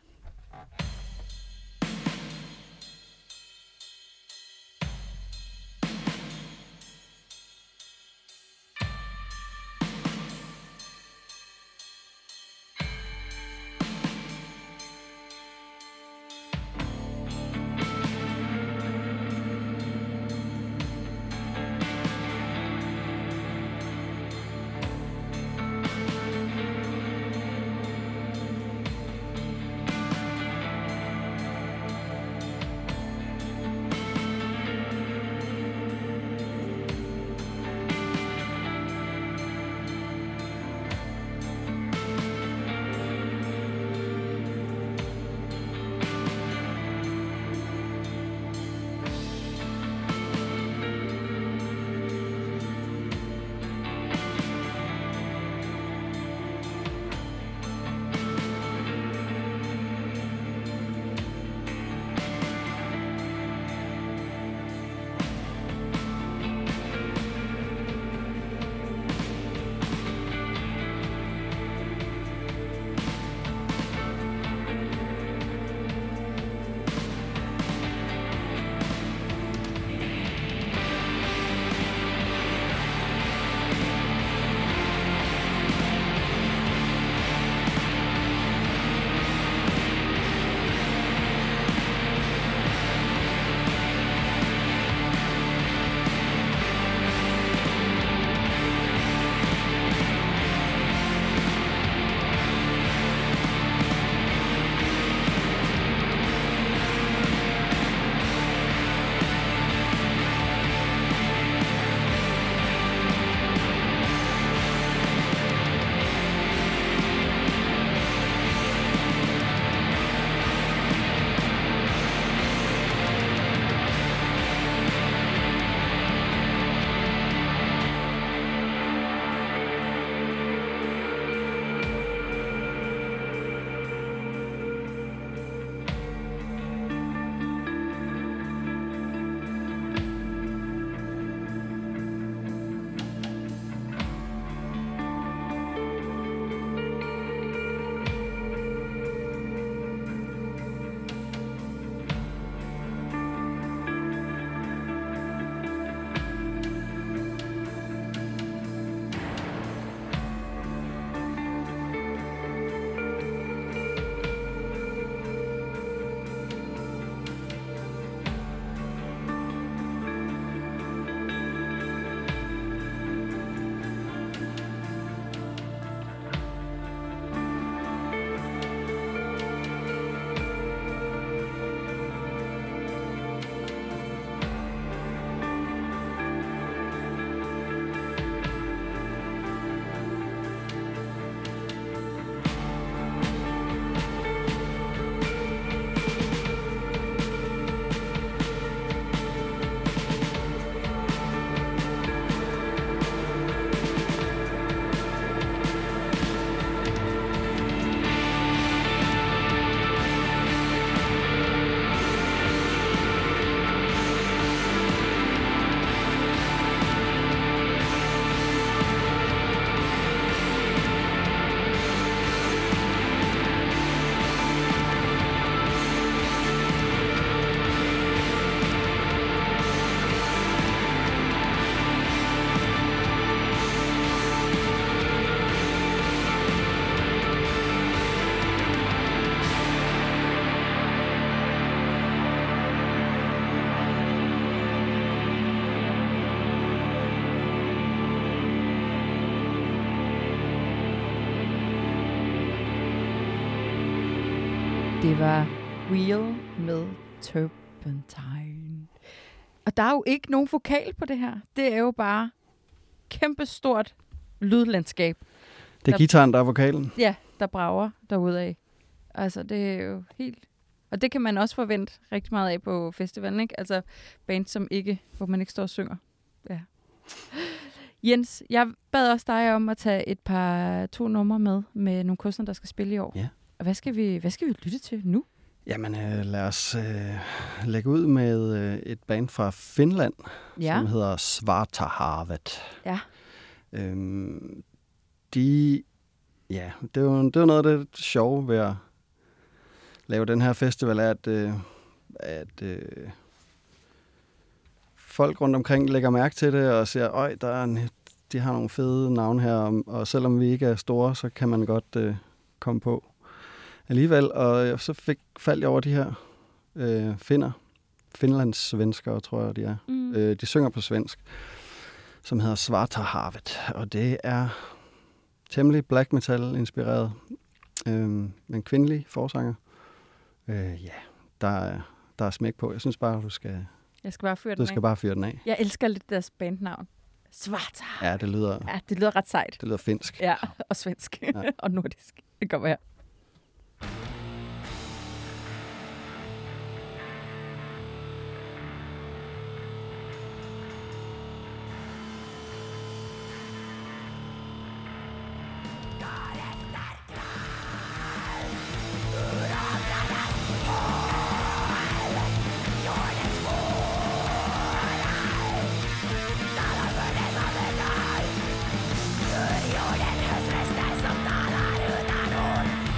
Det var Wheel med Turpentine. Og der er jo ikke nogen vokal på det her. Det er jo bare kæmpestort lydlandskab. Det er der, gitaren, der er vokalen. Ja, der brager derudad. Altså, det er jo helt... Og det kan man også forvente rigtig meget af på festivalen, ikke? Altså, band, som ikke... Hvor man ikke står og synger. Ja. Jens, jeg bad også dig om at tage et par to numre med, med nogle kunstnere, der skal spille i år. Ja. Og hvad skal vi, hvad skal vi lytte til nu? Jamen, øh, lad os øh, lægge ud med øh, et band fra Finland, Ja. som hedder Svarta Havet. Ja. Øhm, de... Ja, det er, jo, det er jo noget af det sjove ved at lave den her festival, er, at, øh, at øh, folk rundt omkring lægger mærke til det og siger, øj, der er en, de har nogle fede navne her, og, og selvom vi ikke er store, så kan man godt øh, komme på alligevel. Og så fik, faldt jeg over de her øh, finner, finlandssvenskere, tror jeg, de er. Mm. Øh, de synger på svensk, som hedder Svarta Havet, og det er temmelig black metal-inspireret. Øh, med en kvindelig forsanger. Øh, ja, der er, der er smæk på. Jeg synes bare, du skal, Jeg skal bare fyre du den skal af. bare fyre den af. Jeg elsker lidt deres bandnavn. Svarta. Ja, det lyder, Ja, det lyder ret sejt. det lyder finsk. Ja, og svensk. Ja. og nordisk. Det kommer her. Jorden hörs röster som talar utan ord.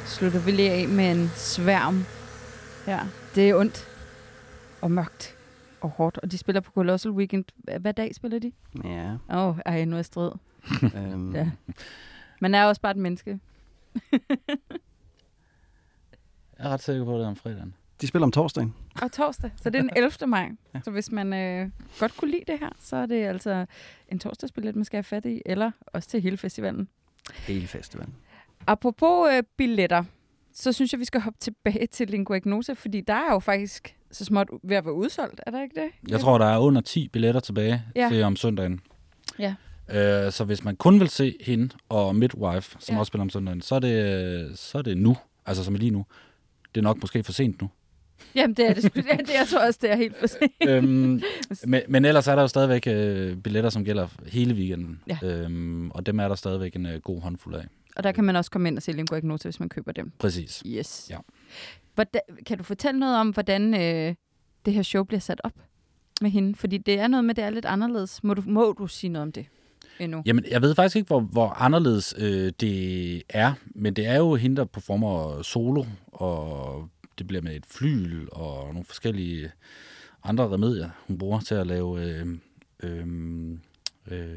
slutter vi lige af med en sværm. Ja, det er ondt og mørkt og hårdt, og de spiller på Colossal Weekend. Hvad dag spiller de? Ja. Åh, oh, ej, nu er jeg strid. øhm. Ja. Man er også bare et menneske. Jeg er ret sikker på, at det er om fredagen. De spiller om torsdagen. Og torsdag, så det er den ellevte maj. Ja. Så hvis man øh, godt kunne lide det her, så er det altså en torsdagsbillet, man skal have fat i, eller også til hele festivalen. Hele festivalen. Apropos øh, billetter, så synes jeg, vi skal hoppe tilbage til Lingua Ignota, fordi der er jo faktisk så småt ved at være udsolgt, er der ikke det? Jeg tror, der er under ti billetter tilbage ja. til om søndagen. Ja. Øh, så hvis man kun vil se hende og Midwife, som ja. også spiller om søndagen, så er det, så er det nu. Altså som er lige nu. Det er nok måske for sent nu. Jamen, det er det. Det er, jeg tror også, det er helt for sent. øhm, men, men ellers er der jo stadigvæk øh, billetter, som gælder hele weekenden. Ja. Øhm, og dem er der stadigvæk en øh, god håndfuld af. Og der kan man også komme ind og se Lingua Ignota, hvis man køber dem. Præcis. Yes. Ja. Hvordan, kan du fortælle noget om, hvordan øh, det her show bliver sat op med hende? Fordi det er noget med, det er lidt anderledes. Må du, må du sige noget om det endnu? Jamen, jeg ved faktisk ikke, hvor, hvor anderledes øh, det er. Men det er jo hende, der performer solo, og det bliver med et flyl og nogle forskellige andre remedier, hun bruger til at lave øh, øh, øh,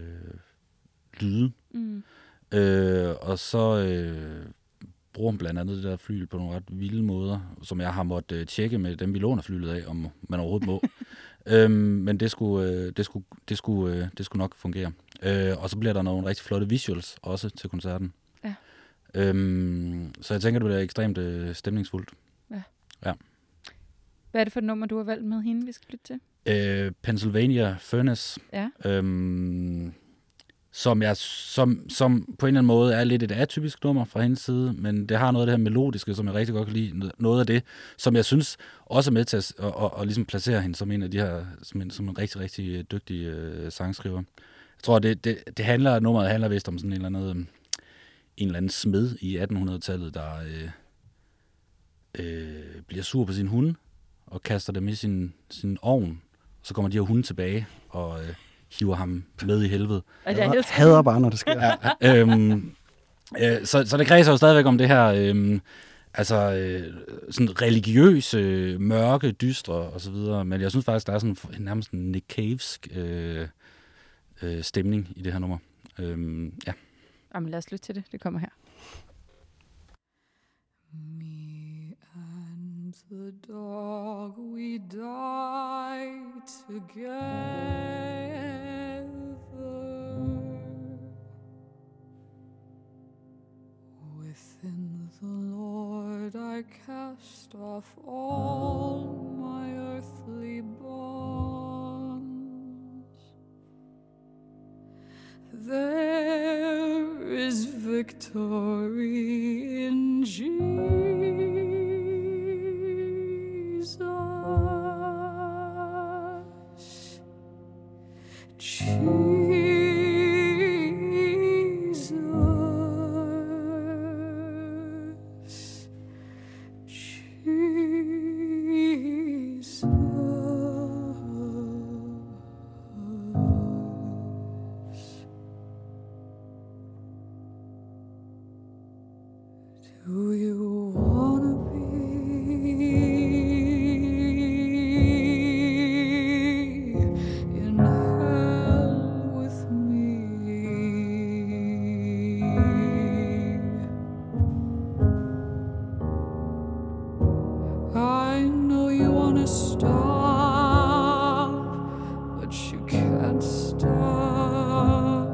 lyde. Mm. Øh, og så øh, bruger hun blandt andet det der flyl på nogle ret vilde måder, som jeg har måttet øh, tjekke med dem, vi låner flylet af, om man overhovedet må. øhm, men det skulle, øh, det, skulle, det, skulle, øh, det skulle nok fungere. Øh, og så bliver der nogle rigtig flotte visuals også til koncerten. Ja. Øhm, så jeg tænker, det bliver ekstremt øh, stemningsfuldt. Ja. Ja. Hvad er det for et nummer, du har valgt med hende, vi skal lytte til? Øh, Pennsylvania Furnace. Ja. Øhm, som, jeg, som, som på en eller anden måde er lidt et atypisk nummer fra hendes side, men det har noget af det her melodiske, som jeg rigtig godt kan lide. Noget af det, som jeg synes også er med til at, at, at, at ligesom placere hende som en af de her, som en, som en rigtig, rigtig dygtig øh, sangskriver. Jeg tror, det, det, det handler, nummeret handler vist om sådan en eller anden, en eller anden smed i attenhundredetallet, der øh, øh, bliver sur på sin hunde og kaster dem i sin, sin ovn. Så kommer de her hunde tilbage og øh, hiver ham med i helvede. Jeg hader bare, når det sker. Ja, øhm, øh, så, så det kredser jo stadigvæk om det her øh, altså øh, sådan religiøse, øh, mørke, dystre og så videre. Men jeg synes faktisk, der er sådan en, nærmest en Nick Cavesk øh, øh, stemning i det her nummer. Øhm, ja. Jamen lad os lytte til det. Det kommer her. Me and the dog, we died together. Within the Lord I cast off all my earthly bonds. There is victory in Jesus. Jesus. Do you wanna be in hell with me? I know you wanna stop, but you can't stop.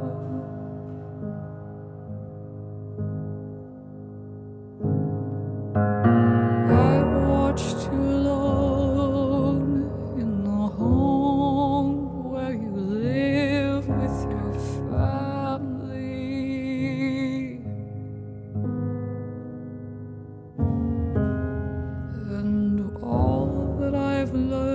Love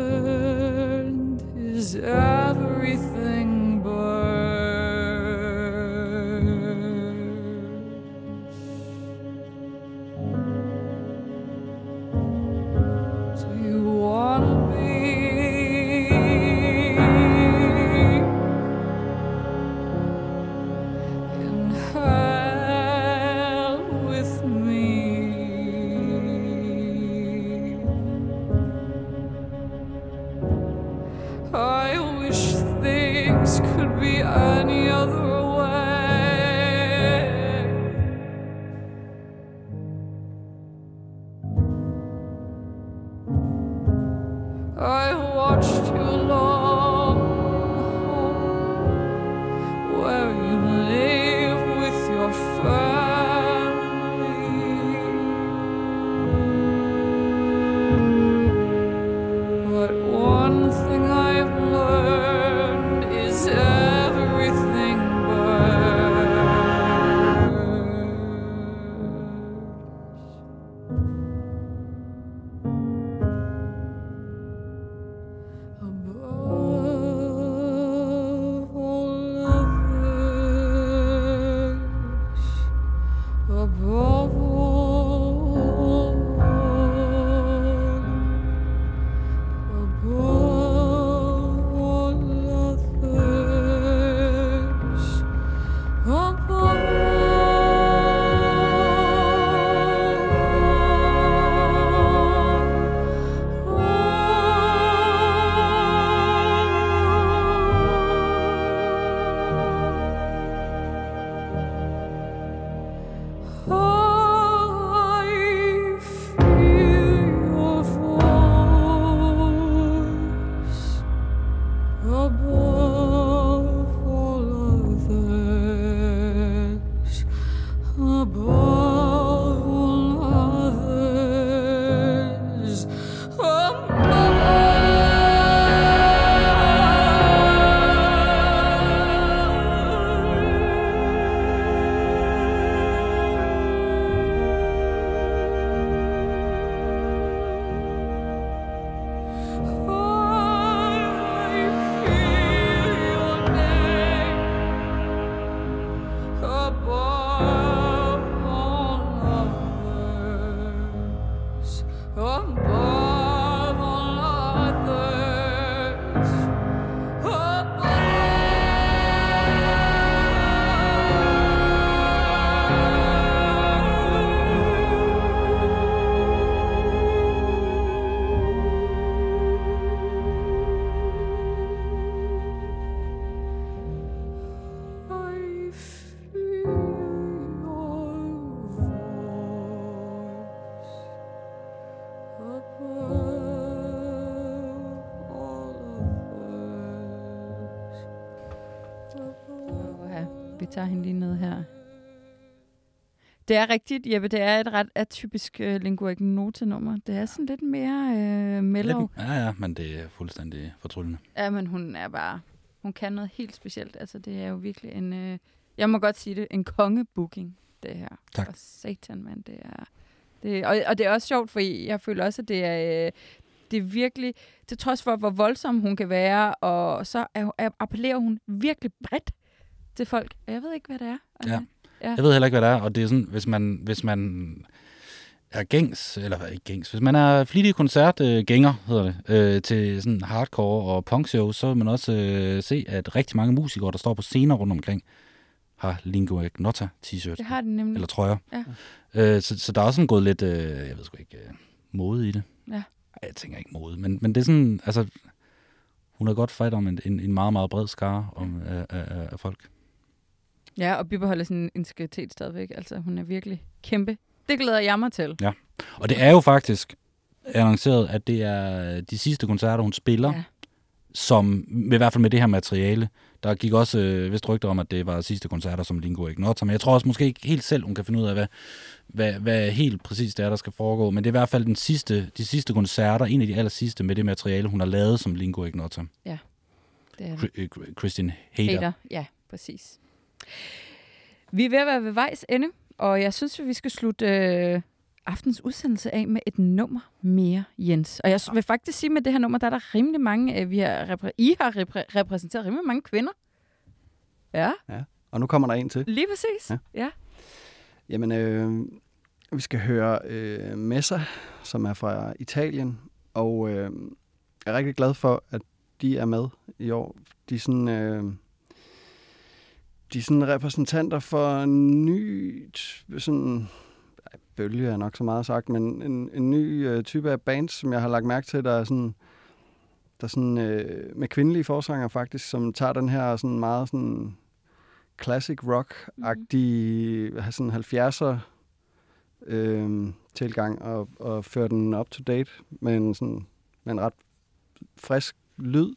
I watched you long home where you live with your family. But one thing I've learned is everything above all others, above all, above all others, above I feel your voice above all others, above all others, Vi tager hende lige ned her. Det er rigtigt, Jeppe. Det er et ret atypisk uh, lingua ignota-nummer. Det er sådan lidt mere uh, mellow. Lidt, ja, ja, men det er fuldstændig fortryllende. Ja, men hun er bare... Hun kan noget helt specielt. Altså, det er jo virkelig en... Uh, jeg må godt sige det. En kongebooking, det her. Tak. For satan, mand. Det er... Det, og, og det er også sjovt, for jeg føler også, at det er... Uh, det er virkelig... Til trods for, hvor voldsom hun kan være, og så er, er, appellerer hun virkelig bredt til folk. Jeg ved ikke, hvad det er. Okay. Ja. Ja. Jeg ved heller ikke, hvad det er, og det er sådan, hvis man, hvis man er gængs, eller ikke gængs, hvis man er flittig koncertgænger, hedder det, øh, til sådan hardcore og punkshows, så vil man også øh, se, at rigtig mange musikere, der står på scener rundt omkring, har lingua ignota t-shirts. Det har den nemlig. Eller trøjer. Ja. Øh, så, så der er også sådan gået lidt, øh, jeg ved sgu ikke, øh, mode i det. Ja. Ej, jeg tænker ikke mode, men, men det er sådan, altså, hun har godt fat om en, en, en meget, meget bred skare om, af, af, af folk. Ja, og bibeholder sin integritet stadigvæk. Altså, hun er virkelig kæmpe. Det glæder jeg mig til. Ja, og det er jo faktisk annonceret, at det er de sidste koncerter, hun spiller, Ja. som, i hvert fald med det her materiale. Der gik også øh, vist rygter om, at det var sidste koncerter som lingua ignota, men jeg tror også måske ikke helt selv, hun kan finde ud af, hvad, hvad, hvad helt præcis det er, der skal foregå. Men det er i hvert fald den sidste, de sidste koncerter, en af de aller sidste med det materiale, hun har lavet som lingua ignota. Ja, det er det. Kr- Christian Hader. Hader. Ja, præcis. Vi er ved at være ved vejs ende, og jeg synes, at vi skal slutte øh, aftens udsendelse af med et nummer mere, Jens. Og jeg vil faktisk sige, at med det her nummer, der er der rimelig mange, øh, vi har repræ- I har repræ- repræsenteret rimelig mange kvinder. Ja. Ja, og nu kommer der en til. Lige præcis. Ja. Ja. Jamen, øh, vi skal høre øh, Messa, som er fra Italien, og øh, jeg er rigtig glad for, at de er med i år. De er sådan, øh, de er sådan repræsentanter for en ny, sådan, ej, bølge er nok så meget sagt, men en, en ny øh, type af bands, som jeg har lagt mærke til, der er sådan, der er sådan øh, med kvindelige forsanger faktisk, som tager den her sådan meget sådan classic rock-agtige, mm-hmm. sådan halvfjerdser øh, tilgang og, og fører den up to date med en, sådan, med en ret frisk lyd.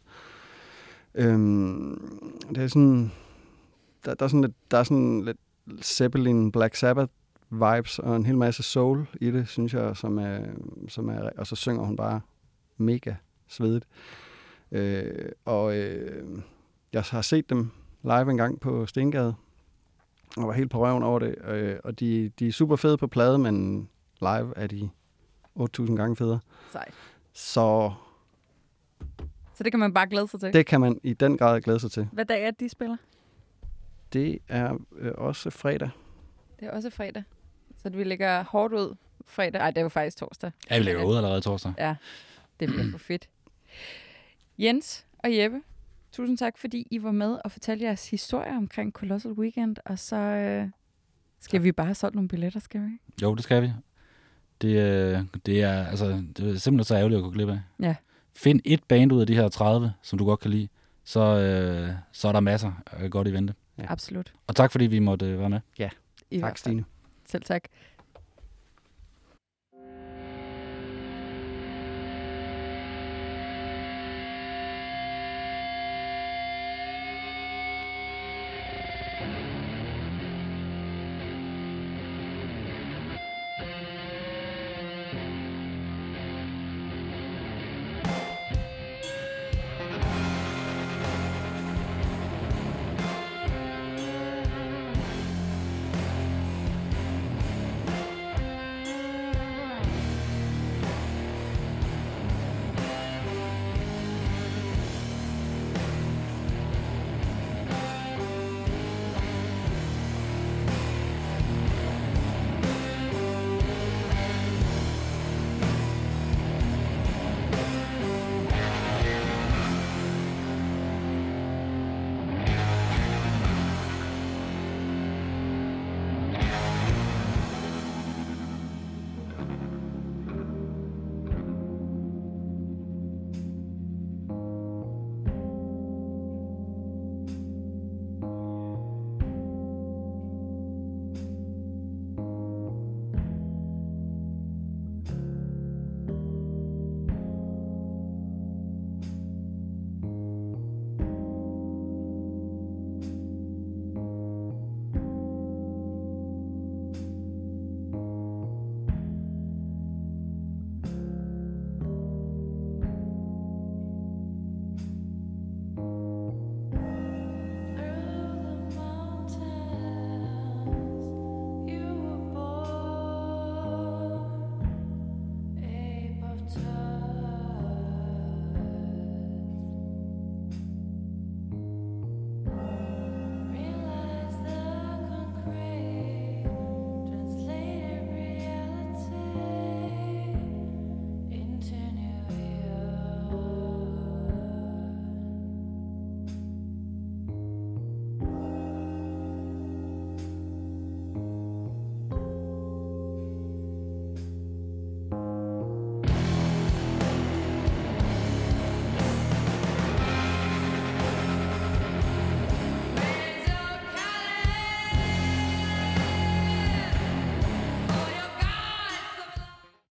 Øhm, det er sådan, der, der er sådan lidt, der er sådan lidt Zeppelin, Black Sabbath vibes og en hel masse soul i det, synes jeg, som er, som er, og så synger hun bare mega svedigt. Øh, og øh, jeg har set dem live en gang på Stengade, og var helt på røven over det. Øh, og de, de er super fede på plade, men live er de otte tusind gange federe. Sejt. Så Så det kan man bare glæde sig til? det kan man i den grad glæde sig til. Hvad dag er det, de spiller? Det er øh, også fredag. Det er også fredag. Så vi lægger hårdt ud fredag. Ej, det er jo faktisk torsdag. Ja, vi lægger ud allerede torsdag. Ja, det bliver for fedt. Jens og Jeppe, tusind tak, fordi I var med og fortalte jeres historie omkring Colossal Weekend. Og så øh, skal vi bare have solgt nogle billetter, skal vi? Jo, det skal vi. Det, øh, det, er, altså, det er simpelthen så ærgerligt at gå glip af. Ja. Find et band ud af de her tredive, som du godt kan lide. Så, øh, så er der masser af godt i vente. Ja. Absolut. Og tak, fordi vi måtte øh, være med. I Tak, Stine. Selv tak.